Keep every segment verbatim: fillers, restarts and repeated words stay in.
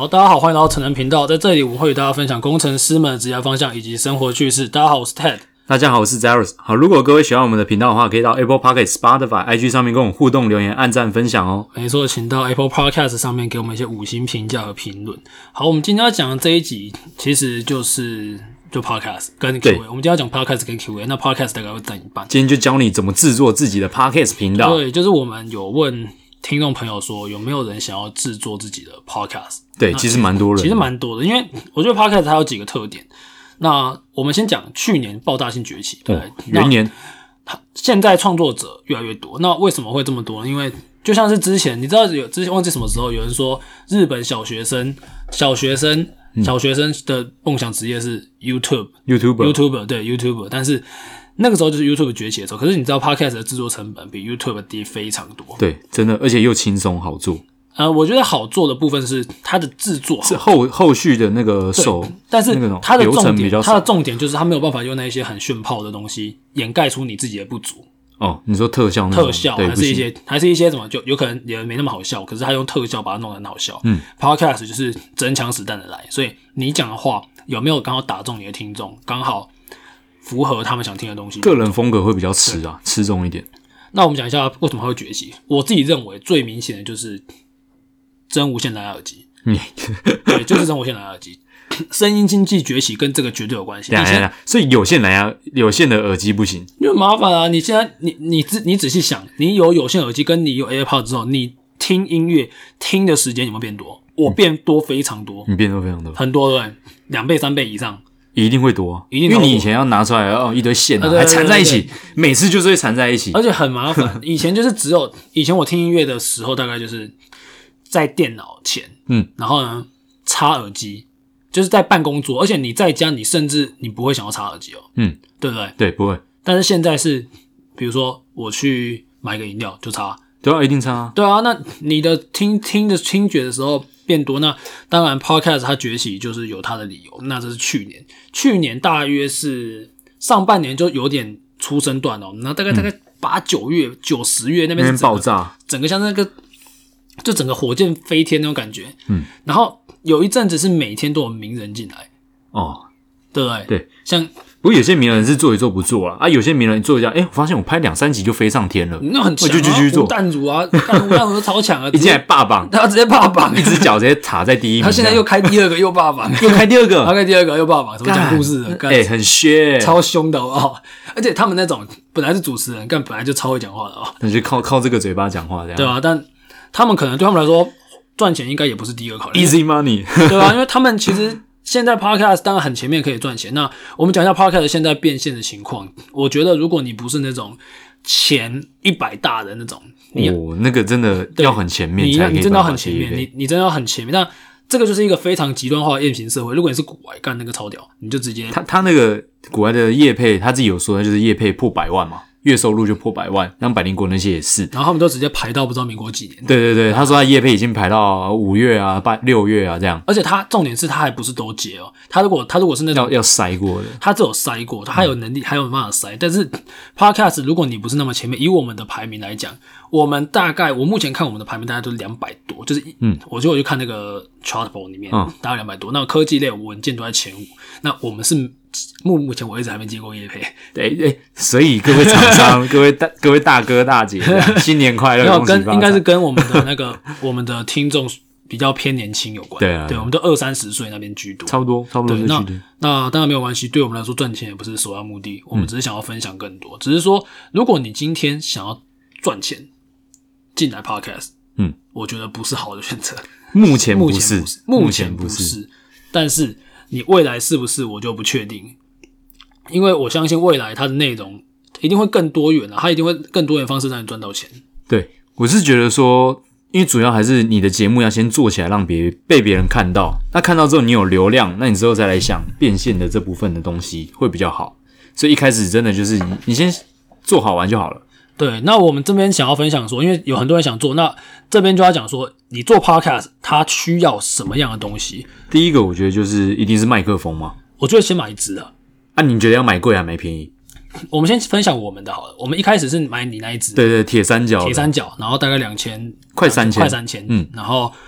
好，大家好，欢迎来到成人频道，在这里我们会与大家分享工程师们的职业方向以及生活趣事。大家好，我是 Ted。 大家好，我是 Zeros。好，如果各位喜欢我们的频道的话，可以到 Apple Podcast、Spotify、I G 上面跟我们互动留言、按赞、分享哦。 没错，请到 Apple Podcast 上面给我们一些五星评价和评论。好，我们今天要讲的这一集其实就是就 Podcast 跟 Q A。我们今天要讲 Podcast 跟 Q A， 那 Podcast 大概会占一半。 今天就教你怎么制作自己的 Podcast 频道。 对，就是我们有问听众朋友说，有没有人想要制作自己的 Podcast？ 对，其实蛮多人的， 其实蛮多的，因为我觉得 Podcast 它有几个特点。那我们先讲去年爆炸性崛起，对不对？ 哦、元年， 现在创作者越来越多。那为什么会这么多呢？因为就像是之前，你知道有之前忘记什么时候有人说，日本小学生、小学生、嗯、小学生的梦想职业是 YouTube、YouTuber、YouTuber 对 YouTuber， 但是那个时候就是 YouTube 崛起的时候。可是你知道 Podcast 的制作成本比 YouTube 低非常多， 对，真的，而且又轻松好做。 呃，我觉得好做的部分是它的制作好， 是后后续的那个手， 但是它的重点， 它的重点就是它没有办法用那一些很炫炮的东西掩盖出你自己的不足。 哦，你说特效那种， 特效还是一些还是一些什么，就有可能也没那么好笑，可是他用特效把它弄得很好笑。嗯 ，Podcast 就是真枪实弹的来，所以你讲的话有没有刚好打中你的听众，刚好符合他们想听的东西？个人风格会比较吃啊，吃重一点。 那我们讲一下为什么会崛起。我自己认为最明显的就是真无线蓝牙耳机，嗯，对，就是真无线蓝牙耳机，声音经济崛起跟这个绝对有关系。 对对对，所以有线蓝牙、有线的耳机不行， 因为麻烦啊！你现在你你仔你仔细想，你有有线耳机跟你有 AirPods 之后，你听音乐听的时间有没有变多？我变多非常多， 你变多非常多， 很多对，两倍三倍以上。 一定会多， 一定因为你以前要拿出来哦一堆线啊，还缠在一起，每次就是会缠在一起， 而且很麻烦。以前就是只有以前我听音乐的时候，大概就是在电脑前，嗯，然后呢插耳机，就是在办公桌，而且你在家，你甚至你不会想要插耳机哦，嗯，对不对？ 对，不会。 但是现在是，比如说我去买个饮料就插， 对啊，一定插啊， 对啊。那你的听听的听觉的时候变多，那当然 Podcast 它崛起就是有它的理由。那这是去年，去年大约是上半年就有点出生段哦，那大概大概八九月、九十月那边是爆炸， 整个像那个就整个火箭飞天那种感觉。嗯，然后有一阵子是每天都有名人进来，哦，对不对？ 对， 像。 不过有些名人是做一做不做啦，啊，有些名人做一下，哎、欸，我发现我拍两三集就飞上天了， 那很强、啊， 我就继续做。 吴淡如啊，吴淡如超强啊， 一进来霸榜， 他直接霸榜， 一只脚直接插在第一名。 他现在又开第二个又霸榜， 又开第二个， 他开第二个又霸榜，什么讲故事的， 哎、欸，很削、欸， 超凶的哦。而且他们那种本来是主持人，但本来就超会讲话的哦， 那就靠靠这个嘴巴讲话这样。 对啊，但他们可能对他们来说赚钱应该也不是第一个考虑 ，easy money， 对啊，因为他们其实。现在 Podcast 当然很前面可以赚钱，那我们讲一下 Podcast 现在变现的情况。我觉得如果你不是那种前一百大的那种，你哦，那个真的要很前面才可以， 你你真的要很前面，你你真的要很前面。那这个就是一个非常极端化的验型社会。如果你是股外干那个超屌，你就直接他他那个股外的业配，他自己有说，那就是业配破百万嘛。月收入就破百万，像百灵果那些也是， 然后他们都直接排到不知道民国几年。 对对对，他说他业配已经排到五月啊、八六月啊这样。 而且他重点是他还不是都接哦，他如果他如果是那种要要筛过的， 他只有筛过，他还有能力，嗯、还有办法筛。但是 Podcast 如果你不是那么前面，以我们的排名来讲，我们大概我目前看我们的排名大概都是两百多，就是嗯，我就我就看那个 Chartable 里面，嗯，大概两百多。那科技类文件都在前五，那我们是。目目前为止还没接过业配， 对对，所以各位厂商、各位大、各位大哥大姐，新年快乐！ 恭喜发财！跟应该是跟我们的那个我们的听众比较偏年轻有关， 对啊， 对，我们都二三十岁那边居多， 差不多，差不多是那那当然没有关系，对我们来说赚钱也不是首要目的，我们只是想要分享更多，嗯、只是说如果你今天想要赚钱进来 Podcast， 嗯，我觉得不是好的选择， 目前不是， 目前不是，但是。你未来是不是我就不确定，因为我相信未来它的内容一定会更多元啊，它一定会更多元方式让你赚到钱。 对，我是觉得说，因为主要还是你的节目要先做起来，让别被别人看到，那看到之后你有流量，那你之后再来想变现的这部分的东西会比较好。所以一开始真的就是你你先做好玩就好了。 对，那我们这边想要分享说，因为有很多人想做，那这边就要讲说，你做 podcast 它需要什么样的东西？ 第一个我觉得就是一定是麦克风嘛。 我觉得先买一支啊。 啊，你觉得要买贵还买便宜？ 我们先分享我们的好了。我们一开始是买你那一支， 对对，铁三角， 铁三角，然后大概两千， 快三千， 快三千，嗯，然后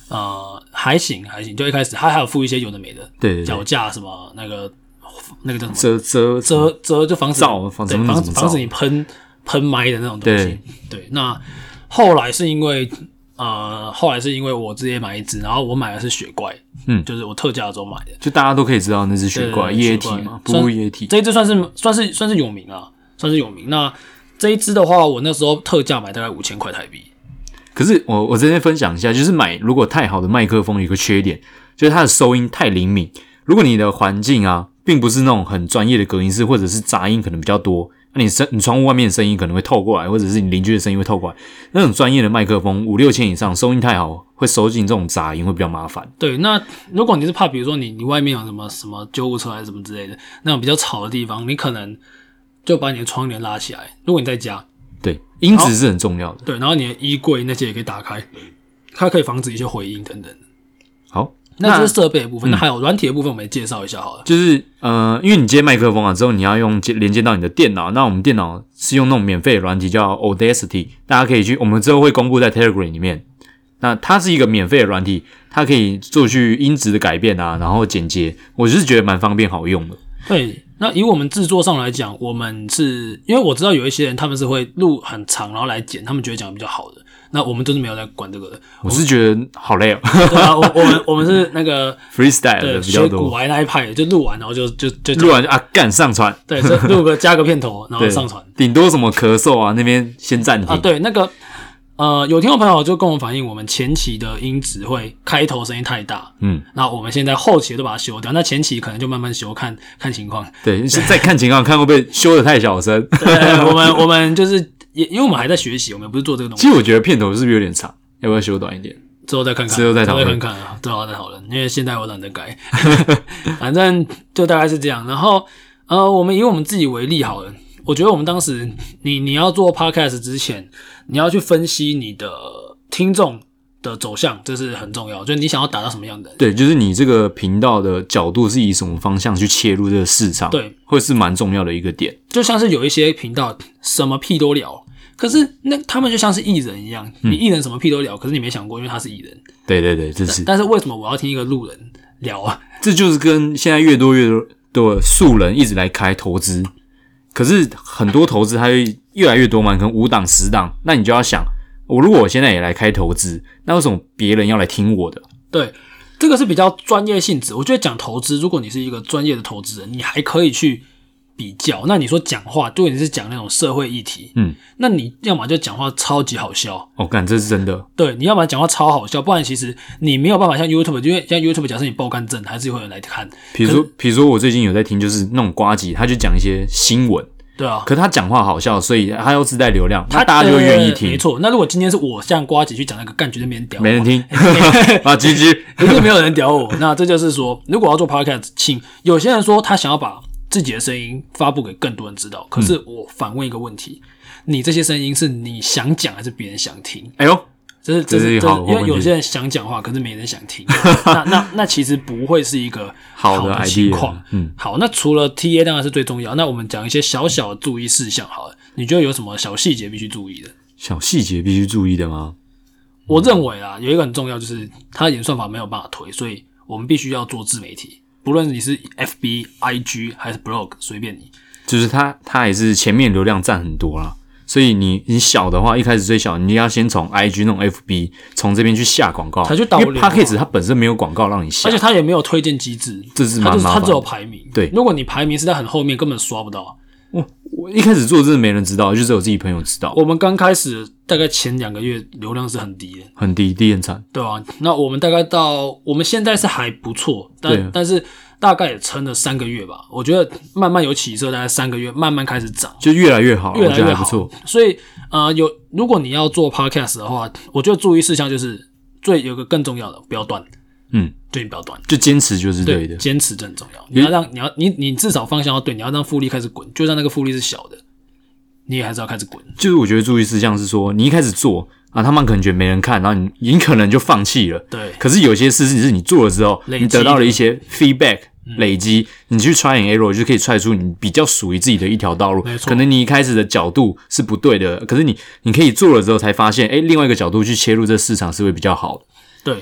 呃还行还行，就一开始它还有附一些有的没的， 对对对脚架什么那个那个叫什么遮遮遮遮就防止罩防止对防止防止你喷喷麦的那种东西。对, 对，那后来是因为呃后来是因为我直接买一只，然后我买的是雪怪，嗯，就是我特价的时候买的， 就大家都可以知道那是雪怪液体嘛，哺乳液体。 这一只算是算是算是有名啊，算是有名。那这一只的话，我那时候特价买大概五千块台币。 可是我我这边分享一下，就是买如果太好的麦克风有一个缺点，就是它的收音太灵敏。如果你的环境啊，并不是那种很专业的隔音室，或者是杂音可能比较多，那你声你窗户外面的声音可能会透过来，或者是你邻居的声音会透过来。那种专业的麦克风五六千以上，收音太好，会收进这种杂音会比较麻烦。 对，那如果你是怕，比如说你你外面有什么什么救护车还是什么之类的那种比较吵的地方，你可能就把你的窗帘拉起来。如果你在家， 对，音质是很重要的。 对，然后你的衣柜那些也可以打开，它可以防止一些回音等等。 好。 那这是设备的部分，那还有软体的部分，我们也介绍一下好了。 就是呃，因为你接麦克风啊之后，你要用接连接到你的电脑。那我们电脑是用那种免费的软体叫 Audacity， 大家可以去，我们之后会公布在 Telegram 里面。那它是一个免费的软体，它可以做去音质的改变啊，然后剪接，我就是觉得蛮方便好用的。 对，那以我们制作上来讲，我们是因为我知道有一些人他们是会录很长然后来剪，他们觉得讲的比较好的。那我们都是没有在管这个的。 我是觉得好累哦。 对啊，我我们我们是那个 freestyle 的比较多， 学古玩那一派，就录完然后就就就录完就啊干上传， 对，就录个加个片头，然后上传。 顶多什么咳嗽啊，那边先暂停啊。对，那个呃，有听众朋友就跟我们反映，我们前期的音质会开头声音太大，嗯，那我们现在后期都把它修掉，那前期可能就慢慢修，看看情况。 对，再看情况，看会不会修得太小声。 对，我们我们就是。也因为我们还在学习，我们不是做这个东西。 其实我觉得片头是不是有点长？要不要修短一点？ 之后再看看， 之后再讨论， 看看啊，之后再讨论。因为现在我懒得改，反正就大概是这样。然后呃，我们以我们自己为例好了。我觉得我们当时你你要做 podcast 之前，你要去分析你的听众的走向，这是很重要。就是你想要达到什么样的人？ 对，就是你这个频道的角度是以什么方向去切入这个市场？ 对， 会是蛮重要的一个点。 就像是有一些频道什么屁都聊。可是那他们就像是艺人一样，你艺人什么屁都聊，可是你没想过，因为他是艺人。 对对对，这是。 但是为什么我要听一个路人聊啊？ 这就是跟现在越多越多的素人一直来开投资，可是很多投资它会越来越多嘛，可能五档十档，那你就要想，我如果我现在也来开投资，那为什么别人要来听我的？ 对，这个是比较专业性质。我觉得讲投资，如果你是一个专业的投资人，你还可以去比较。那你说讲话，如果你是讲那种社会议题，嗯，那你要么就讲话超级好笑， 哦，干，这是真的。 对，你要么讲话超好笑，不然其实你没有办法像 YouTube， 因为像 YouTube 假设你爆肝症，还是会有人来看。 比如说，比如说我最近有在听，就是那种呱吉，他就讲一些新闻。 对啊， 可是他讲话好笑，所以他又自带流量，那大家就会愿意听。 呃、没错，那如果今天是我像呱吉去讲那个干，绝对没人屌我， 没人听啊，G G， 一定没有人屌我。那这就是说，如果要做 podcast， 请有些人说他想要把自己的声音发布给更多人知道，可是我反问一个问题：嗯、你这些声音是你想讲还是别人想听？ 哎呦， 这是这是这是因为有些人想讲话，可是没人想听。那那那其实不会是一个好的情况。嗯，好，那除了 T A 当然是最重要，那我们讲一些小小的注意事项好了。你觉得有什么小细节必须注意的？ 小细节必须注意的吗？ 我认为啊，有一个很重要，就是它的演算法没有办法推，所以我们必须要做自媒体。不论你是 F B、I G 还是 blog， 随便你， 就是它，它也是前面流量占很多啦。所以你你小的话，一开始最小，你要先从 I G 那种 F B 从这边去下广告， 它就导流。 因为 Podcast 它本身没有广告让你下， 而且它也没有推荐机制， 这是蛮麻烦的。 它只有排名。 对， 如果你排名是在很后面，根本刷不到。 我我一开始做真的没人知道，就只有自己朋友知道。 我们刚开始大概前两个月流量是很低的， 很低，低很惨。 对啊，那我们大概到我们现在是还不错，但但是大概也撑了三个月吧。我觉得慢慢有起色，大概三个月慢慢开始涨， 就越来越好， 越来越好。 不错。 所以呃，有如果你要做 podcast 的话，我觉得注意事项就是最有个更重要的，不要断。嗯，对，你不要断， 就坚持就是对的， 坚持真重要。你要让你要你你至少方向要对，你要让复利开始滚，就算那个复利是小的，你也还是要开始滚。 就是我觉得注意事项是说，你一开始做啊，他们可能觉得没人看，然后你你可能就放弃了。 对。 可是有些事是你做了之后，你得到了一些 feedback 累积，嗯、你去 try and error 就可以踹出你比较属于自己的一条道路。可能你一开始的角度是不对的，可是你你可以做了之后才发现，哎，另外一个角度去切入这市场是会比较好的。 对。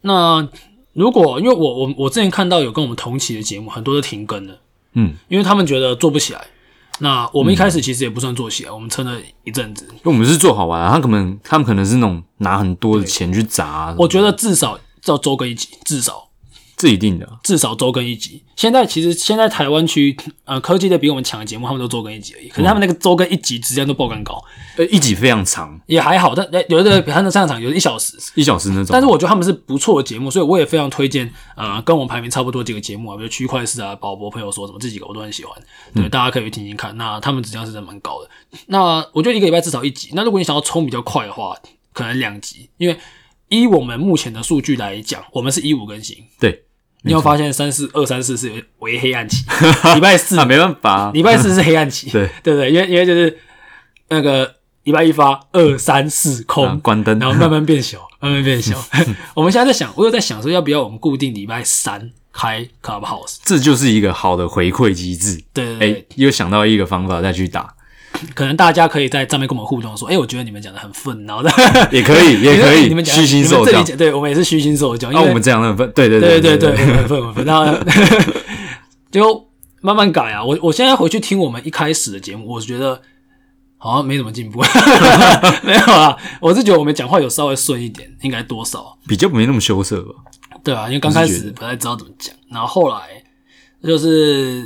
那如果因为我我我之前看到有跟我们同期的节目，很多都停更了， 嗯， 因为他们觉得做不起来。那我们一开始其实也不算做起来，嗯、我们撑了一阵子。 因为我们是做好玩啊，他可能他们可能是那种拿很多的钱去砸、啊。 我觉得至少要周更一集，至少。 这一定的， 至少周更一集。现在其实现在台湾区呃科技的比我们强的节目，他们都周更一集而已。可是他们那个周更一集质量都爆干高， 呃、嗯，一集非常长， 也还好。但有的比他们上场有的一小时， 一小时那种。 但是我觉得他们是不错的节目，所以我也非常推荐呃跟我们排名差不多几个节目啊，比如区块市啊、宝博朋友说什么这几个我都很喜欢，对，嗯、大家可以去听听看。那他们质量是真的蛮高的。那我觉得一个礼拜至少一集。那如果你想要冲比较快的话，可能两集，因为依我们目前的数据来讲，我们是一五更新， 对。 你有发现三四二三四是为黑暗期，礼拜四啊没办法， 礼拜四是黑暗期， 对对对，因为因为就是那个礼拜一发二三四空、 啊、关灯， 然后慢慢变小，慢慢变小。我们现在在想，我有在想说要不要我们固定礼拜三开 Clubhouse， 这就是一个好的回馈机制。 对对对， 欸、又想到一个方法再去打。 可能大家可以在上面跟我们互动说，哎、欸，我觉得你们讲的很愤，然后也可以，也可以， 你们讲虚心受教， 对我们也是虚心受教。 那、啊、我们这样很愤，对对对对对对，很愤很愤。然后就慢慢改啊。我我现在回去听我们一开始的节目，我觉得好像没怎么进步，没有啊。我是觉得我们讲话有稍微顺一点，应该多少比较没那么羞涩吧？ 对啊，因为刚开始不太知道怎么讲，然后后来就是。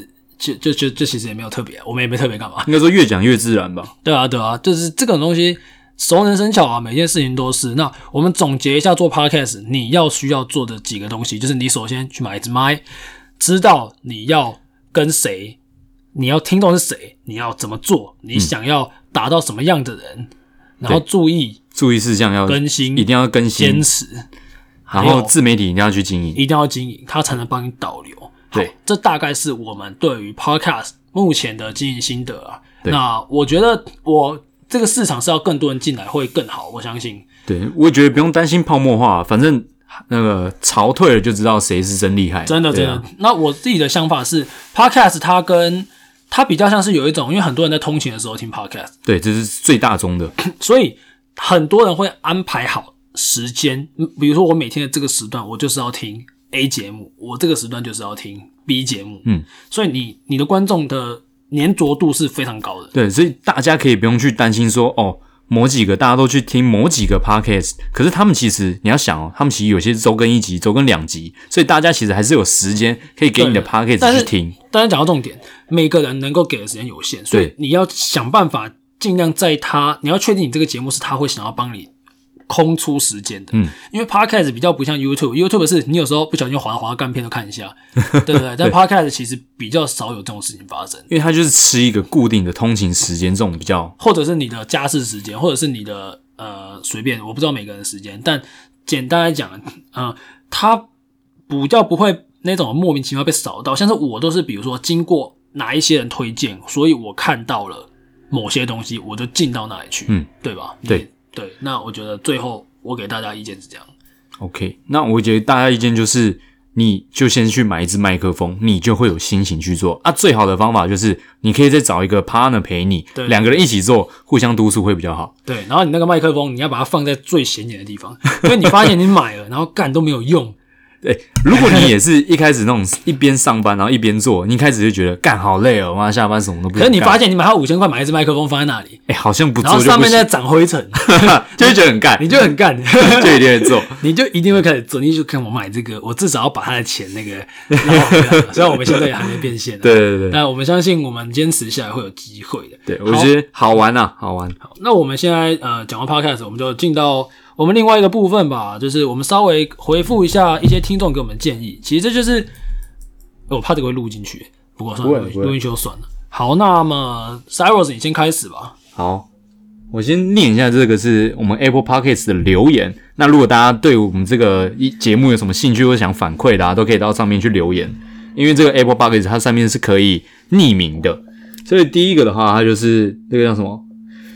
就就就就其实也没有特别，我们也没特别干嘛。 应该说越讲越自然吧。 对啊，对啊，就是这种东西熟能生巧啊，每件事情都是。那我们总结一下做 podcast 你要需要做的几个东西，就是你首先去买一支麦，知道你要跟谁，你要听众是谁，你要怎么做，你想要达到什么样的人，嗯、然后注意注意事项要更新， 一定要更新， 坚持。 然后自媒体一定要去经营， 一定要经营，它才能帮你导流。对，这大概是我们对于 podcast 目前的经营心得啊。那我觉得我这个市场是要更多人进来会更好，我相信。 对，我也觉得不用担心泡沫化，反正那个潮退了就知道谁是真厉害。 真的真的、啊。那我自己的想法是 podcast 它跟它比较像是有一种，因为很多人在通勤的时候听 podcast， 对，这是最大宗的， 所以很多人会安排好时间，比如说我每天的这个时段我就是要听A 节目，我这个时段就是要听 B 节目，嗯，所以你你的观众的粘着度是非常高的， 对，所以大家可以不用去担心说哦，某几个大家都去听某几个 podcast， 可是他们其实你要想哦，他们其实有些周更一集，周更两集，所以大家其实还是有时间可以给你的 podcast 去听。 但是讲到重点，每个人能够给的时间有限，所以你要想办法尽量在他，你要确定你这个节目是他会想要帮你空出时间的，嗯，因为 podcast 比较不像 YouTube，YouTube 是你有时候不小心滑滑干片都看一下，对不对？但 podcast 其实比较少有这种事情发生， 因为它就是吃一个固定的通勤时间，这种比较， 或者是你的家事时间，或者是你的呃随便，我不知道每个人的时间，但简单来讲，呃，它比较不会那种莫名其妙被扫到，像是我都是比如说经过哪一些人推荐，所以我看到了某些东西，我就进到那里去，嗯，对吧？ 对。 对，那我觉得最后我给大家意见是这样。 OK， 那我觉得大家意见就是，你就先去买一支麦克风，你就会有心情去做。啊，最好的方法就是你可以再找一个 partner 陪你，两个人一起做，互相督促会比较好。 对，然后你那个麦克风你要把它放在最显眼的地方，因为你发现你买了，然后干都没有用。 对，如果你也是一开始那种一边上班然后一边做，你一开始就觉得干好累哦，妈下班什么都不想干。 可是你发现你买它五千块买一支麦克风放在那里， 哎、欸，好像不做就不行， 然后上面在长灰尘， 就会觉得很干， 你就很干， 就一定会做， 你就一定会开始做，你就看我买这个，我至少要把他的钱那个捞回来。虽然我们现在也还没变现， 对对对， 但我们相信我们坚持下来会有机会的。 对，我觉得好玩啊，好玩。 好，那我们现在呃讲完 podcast， 我们就进到我们另外一个部分吧，就是我们稍微回复一下一些听众给我们的建议。其实这就是，我怕这个会录进去，不过算了，录进去就算了。好，那么 Cyrus 你先开始吧。 好，我先念一下这个是我们 Apple Podcast 的留言。那如果大家对我们这个节目有什么兴趣或想反馈的啊，都可以到上面去留言。因为这个 Apple Podcast 它上面是可以匿名的，所以第一个的话，它就是这个叫什么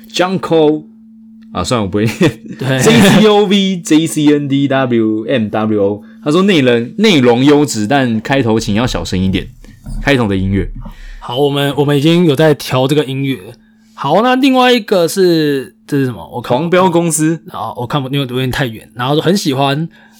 Junko。啊，算了，我不会念。 对 ，J C O V J C N D W M W O， 他说内容内容优质，但开头请要小声一点。开头的音乐。 好，我们我们已经有在调这个音乐。好，那另外一个是这是什么？我看黄标公司。 好，我看不，因为有点太远。然后很喜欢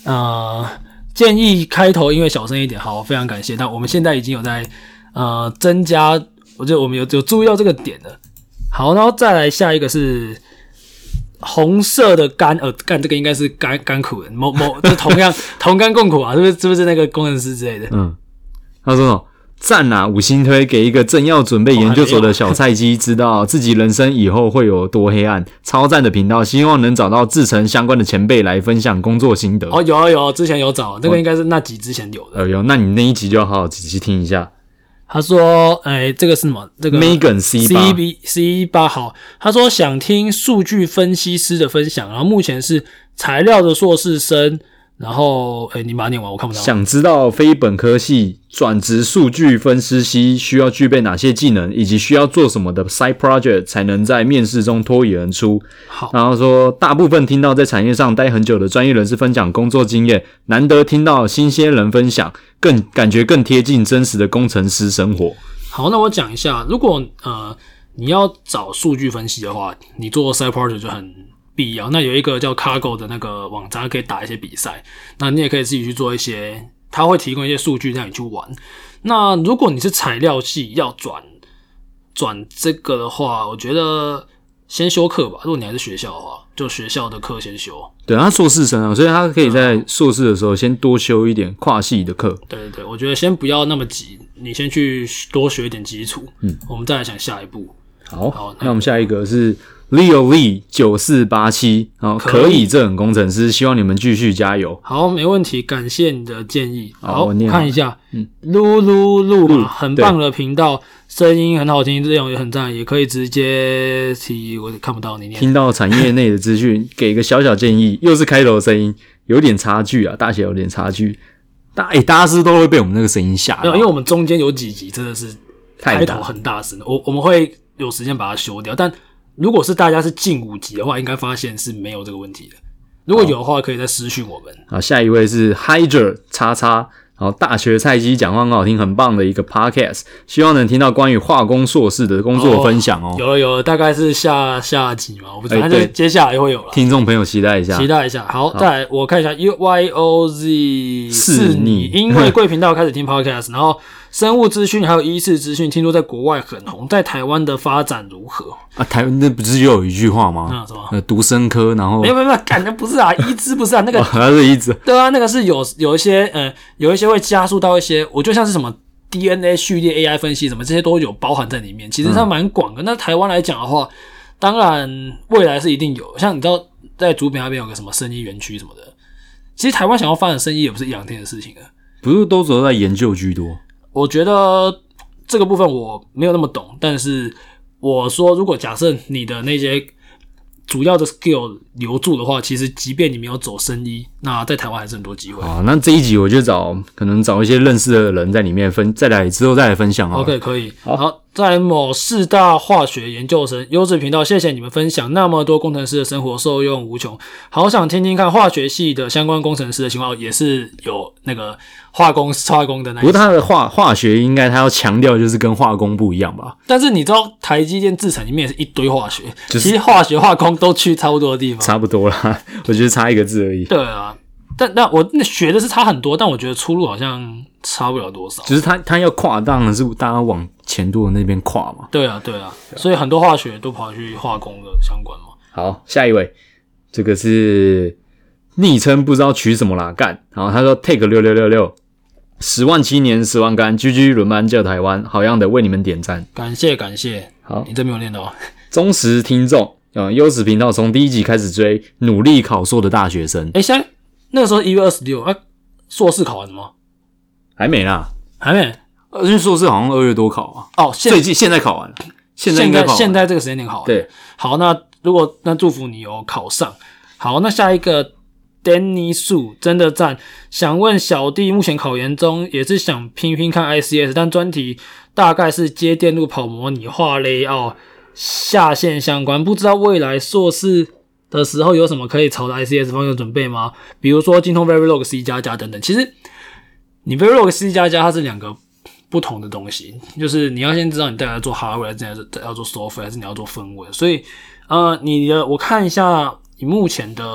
呃，建议开头音乐小声一点，好，非常感谢。但我们现在已经有在呃增加，我觉得我们有有注意到这个点了。好，然后再来下一个是红色的甘，呃，干这个应该是甘甘苦人，某某就同样同甘共苦啊，是不是？是不是那个工程师之类的？ 嗯，他说什么？赞啊！五星推给一个正要准备研究所的小菜鸡，知道自己人生以后会有多黑暗，超赞的频道，希望能找到制程相关的前辈来分享工作心得。 哦，有啊有啊，之前有找，那个应该是那集之前有的。 呃，有，那你那一集就要好好仔细听一下。 他说：“哎，这个是什么？这个 Megan C 八 C B C 八好。他说想听数据分析师的分享，然后目前是材料的硕士生。然后，哎，你把它念完，我看不到。 想知道非本科系转职数据分析师需要具备哪些技能，以及需要做什么的 side project 才能在面试中脱颖而出。 好， 然后说，大部分听到在产业上待很久的专业人士分享工作经验，难得听到新鲜人分享，更感觉更贴近真实的工程师生活。 好，那我讲一下，如果呃你要找数据分析的话，你做 side project 就很必要。那有一个叫 Cargo 的那个网站可以打一些比赛，那你也可以自己去做一些，它会提供一些数据让你去玩。那如果你是材料系要转转这个的话，我觉得先修课吧。如果你还是学校的话，就学校的课先修。 对，他硕士生啊，所以他可以在硕士的时候先多修一点跨系的课。 对对对，我觉得先不要那么急，你先去多学一点基础， 嗯， 我们再来想下一步。 好， 好， 那我们下一个是 Leo Lee 九四八七，好，可以，这种工程师，希望你们继续加油。 好，没问题，感谢你的建议。好， 我念看一下， 嗯， 噜噜噜嘛，很棒的频道，声音很好听，内容也很赞，也可以直接提，我看不到你念。 听到产业内的资讯，给一个小小建议，又是开头的声音，有点差距啊，大小有点差距。大诶、欸，大家是不是都会被我们那个声音吓到？ 没有，因为我们中间有几集真的是开头很大声，我我们会有时间把它修掉，但如果是大家是近五集的话，应该发现是没有这个问题的。如果有的话，可以再私讯我们。 好，下一位是 Hydra 叉叉，然后大学菜鸡讲话很好听，很棒的一个 podcast， 希望能听到关于化工硕士的工作分享哦。 哦有了有了，大概是下下集嘛，我不知道， 欸、 就接下来会有了。 听众朋友期待一下， 期待一下。好，好再来我看一下 U Y O Z 是你， 因为贵频道开始听 podcast， 然后生物资讯还有医事资讯，听说在国外很红，在台湾的发展如何？ 啊，台湾那不是就有一句话吗？ 那、嗯、什么？ 呃，读生科，然后没有没有没有，感觉不是啊，医资不是啊，那个它、哦、是医资， 对啊，那个是有有一些呃，有一些会加速到一些，我觉得像是什么 D N A 序列 A I 分析什么，这些都有包含在里面，其实它蛮广的。嗯、那台湾来讲的话，当然未来是一定有，像你知道在竹北那边有个什么生医园区什么的，其实台湾想要发展生医也不是一两天的事情了， 不是都走在研究居多。 我觉得这个部分我没有那么懂，但是我说，如果假设你的那些主要的 skill 留住的话，其实即便你没有走生医，那在台湾还是很多机会。 好，那这一集我就找可能找一些认识的人在里面分，再来之后再来分享好了。 OK， 可以。好，好再来某四大化学研究生优质频道，谢谢你们分享那么多工程师的生活，受用无穷。好想听听看化学系的相关工程师的情况，也是有那个化工化工的那一。 不过他的化化学应该他要强调就是跟化工不一样吧？ 但是你知道台积电制程里面也是一堆化学， 就是、 其实化学化工都去差不多的地方， 差不多啦，我觉得差一个字而已。 对啊。但但我那学的是差很多，但我觉得出路好像差不了多少。 只是他他要跨，当然是大家往前度的那边跨嘛。 对啊，对啊，所以很多化学都跑去化工的相关嘛。 好，下一位，这个是昵称不知道取什么啦，干。然后他说 take 六六六六，十万七年十万干 ，G G 轮班救台湾，好样的，为你们点赞， 感谢感谢。 好， 你这没有念到， 忠实听众，嗯，优质频道从第一集开始追，努力考硕的大学生。 哎，现在。那个时候一月二十六，啊，硕士考完了吗？ 还没啦， 还没。 而且硕士好像二月多考啊。 哦， 最近现在考完了，现在应该考完了， 现在这个时间点考完。 对， 好，那如果那祝福你有考上。好，那下一个 Danny Su 真的赞，想问小弟目前考研中，也是想拼拼看 I C S， 但专题大概是接电路跑模拟、画layout、下线相关，不知道未来硕士的时候有什么可以朝着 I C S 方向准备吗？比如说精通 Verilog C 加加等等。其实你 Verilog C 加加它是两个不同的东西，就是你要先知道你大概做 hardware 还是要做 software 还是你要做分位。所以呃，你的我看一下你目前的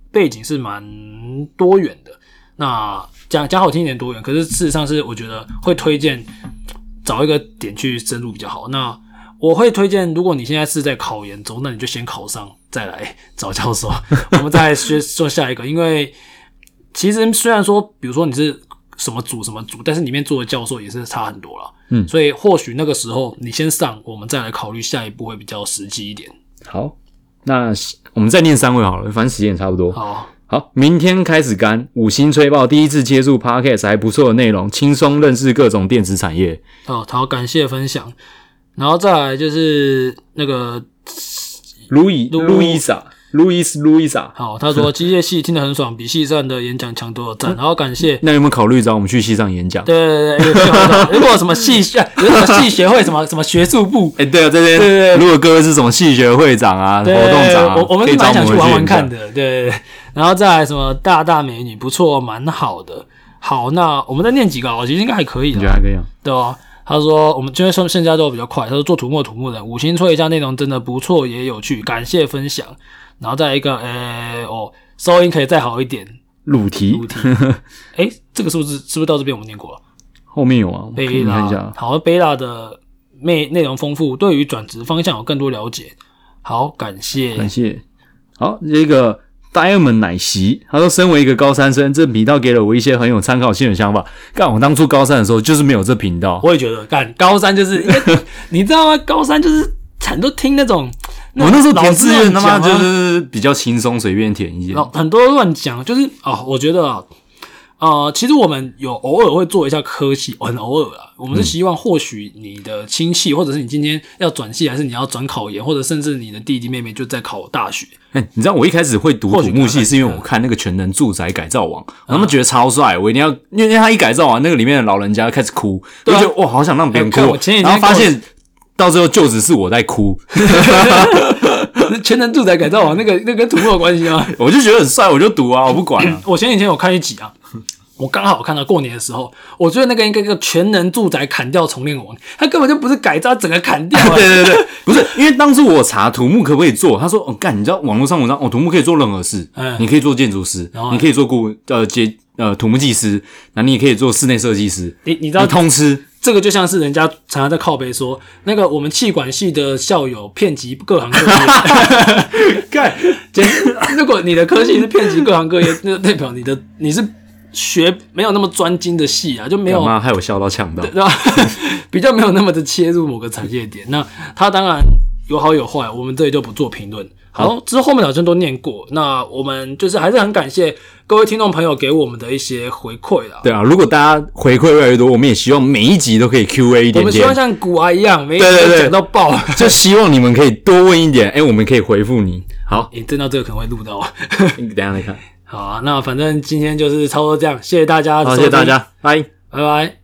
背景是蛮多元的。那讲讲好听一点多元，可是事实上是我觉得会推荐找一个点去深入比较好。那我会推荐，如果你现在是在考研中，那你就先考上再来找教授，我们再来学做下一个。因为其实虽然说，比如说你是什么组什么组，但是里面做的教授也是差很多啦。嗯，所以或许那个时候你先上，我们再来考虑下一步会比较实际一点。 好，那我们再念三位好了，反正时间也差不多。 好。 好，明天开始干，五星吹爆，第一次接触 Podcast 还不错的内容，轻松认识各种电子产业。 好，好，感谢分享。然后再来就是那个路易路易莎。路易斯路易莎， 好，他说机械系听得很爽，比系上的演讲强多了，赞。然后感谢。 那有没有考虑找我们去系上演讲？ 对对对对，如果有什么系有什么系学会什么什么学术部， 哎、欸，对啊，这边对对对，如果各位是什么系学会长啊、活动长啊， 我我们是蛮想去玩玩看的，对对对。然后再来什么大大美女，不错，蛮好的。好，那我们再念几个，其实应该还可以的， 你觉得还可以啊？ 对啊。他说我们今天剩下都比较快，他说做土木土木人，五星吹一下内容真的不错，也有趣，感谢分享。然后再来一个，诶、欸、哦，收音可以再好一点。 鲁题， 鲁题，诶、欸，这个是不是是不是到这边我们念过了？ 后面有啊， 贝拉，好，贝拉的内内容丰富，对于转职方向有更多了解。好，感谢， 感谢。好，这个 Diamond 奶昔，他说，身为一个高三生，这频道给了我一些很有参考性的想法。干，我当初高三的时候就是没有这频道。 我也觉得，干高三就是，你知道吗？高三就是很多听那种。 我那时候填志愿他妈就是比较轻松，随便填一些， 很多乱讲，就是哦，我觉得啊，呃，其实我们有偶尔会做一下科系，很偶尔啦。我们是希望或许你的亲戚，或者是你今天要转系，还是你要转考研，或者甚至你的弟弟妹妹就在考大学。 哎、欸，你知道我一开始会读土木系，是因为我看那个全能住宅改造网，我他妈觉得超帅，我一定要，因为他一改造完，那个里面的老人家开始哭，我就觉得哇，好想让别人哭， 欸、 然后发现。到最后就只是我在哭， 全能住宅改造网那个那跟土木有关系吗？ 我就觉得很帅，我就读啊，我不管啊。 我前几天有看一集啊，我刚好看到过年的时候，我觉得那个应该叫全能住宅砍掉重练网，他根本就不是改造，整个砍掉、欸。 对对对，不是因为当初我查土木可不可以做，他说哦干，你知道网络上文章哦，土木可以做任何事，嗯、你可以做建筑师，你可以做顾呃接呃土木技师，那你也可以做室内设计师， 你你知道你通吃。 这个就像是人家常常在靠北说，那个我们企管系的校友遍及各行各业。干，如果你的科系是遍及各行各业，那代表你的你是学没有那么专精的系啊，就没有。 妈害我笑到呛到， 对吧？比较没有那么的切入某个产业点。那他当然有好有坏，我们这里就不做评论。好，之后后面好像都念过。那我们就是还是很感谢各位听众朋友给我们的一些回馈啦。 对啊，如果大家回馈越来越多，我们也希望每一集都可以 Q A 一点点。 我们希望像古玩一样，每一集都讲到爆。 对对对就希望你们可以多问一点，哎、欸，我们可以回复你。好， 你、欸、真到这个可能会录到。 你等一下来看。 好啊，那反正今天就是差不多这样，谢谢大家。 好，谢谢大家，拜拜拜。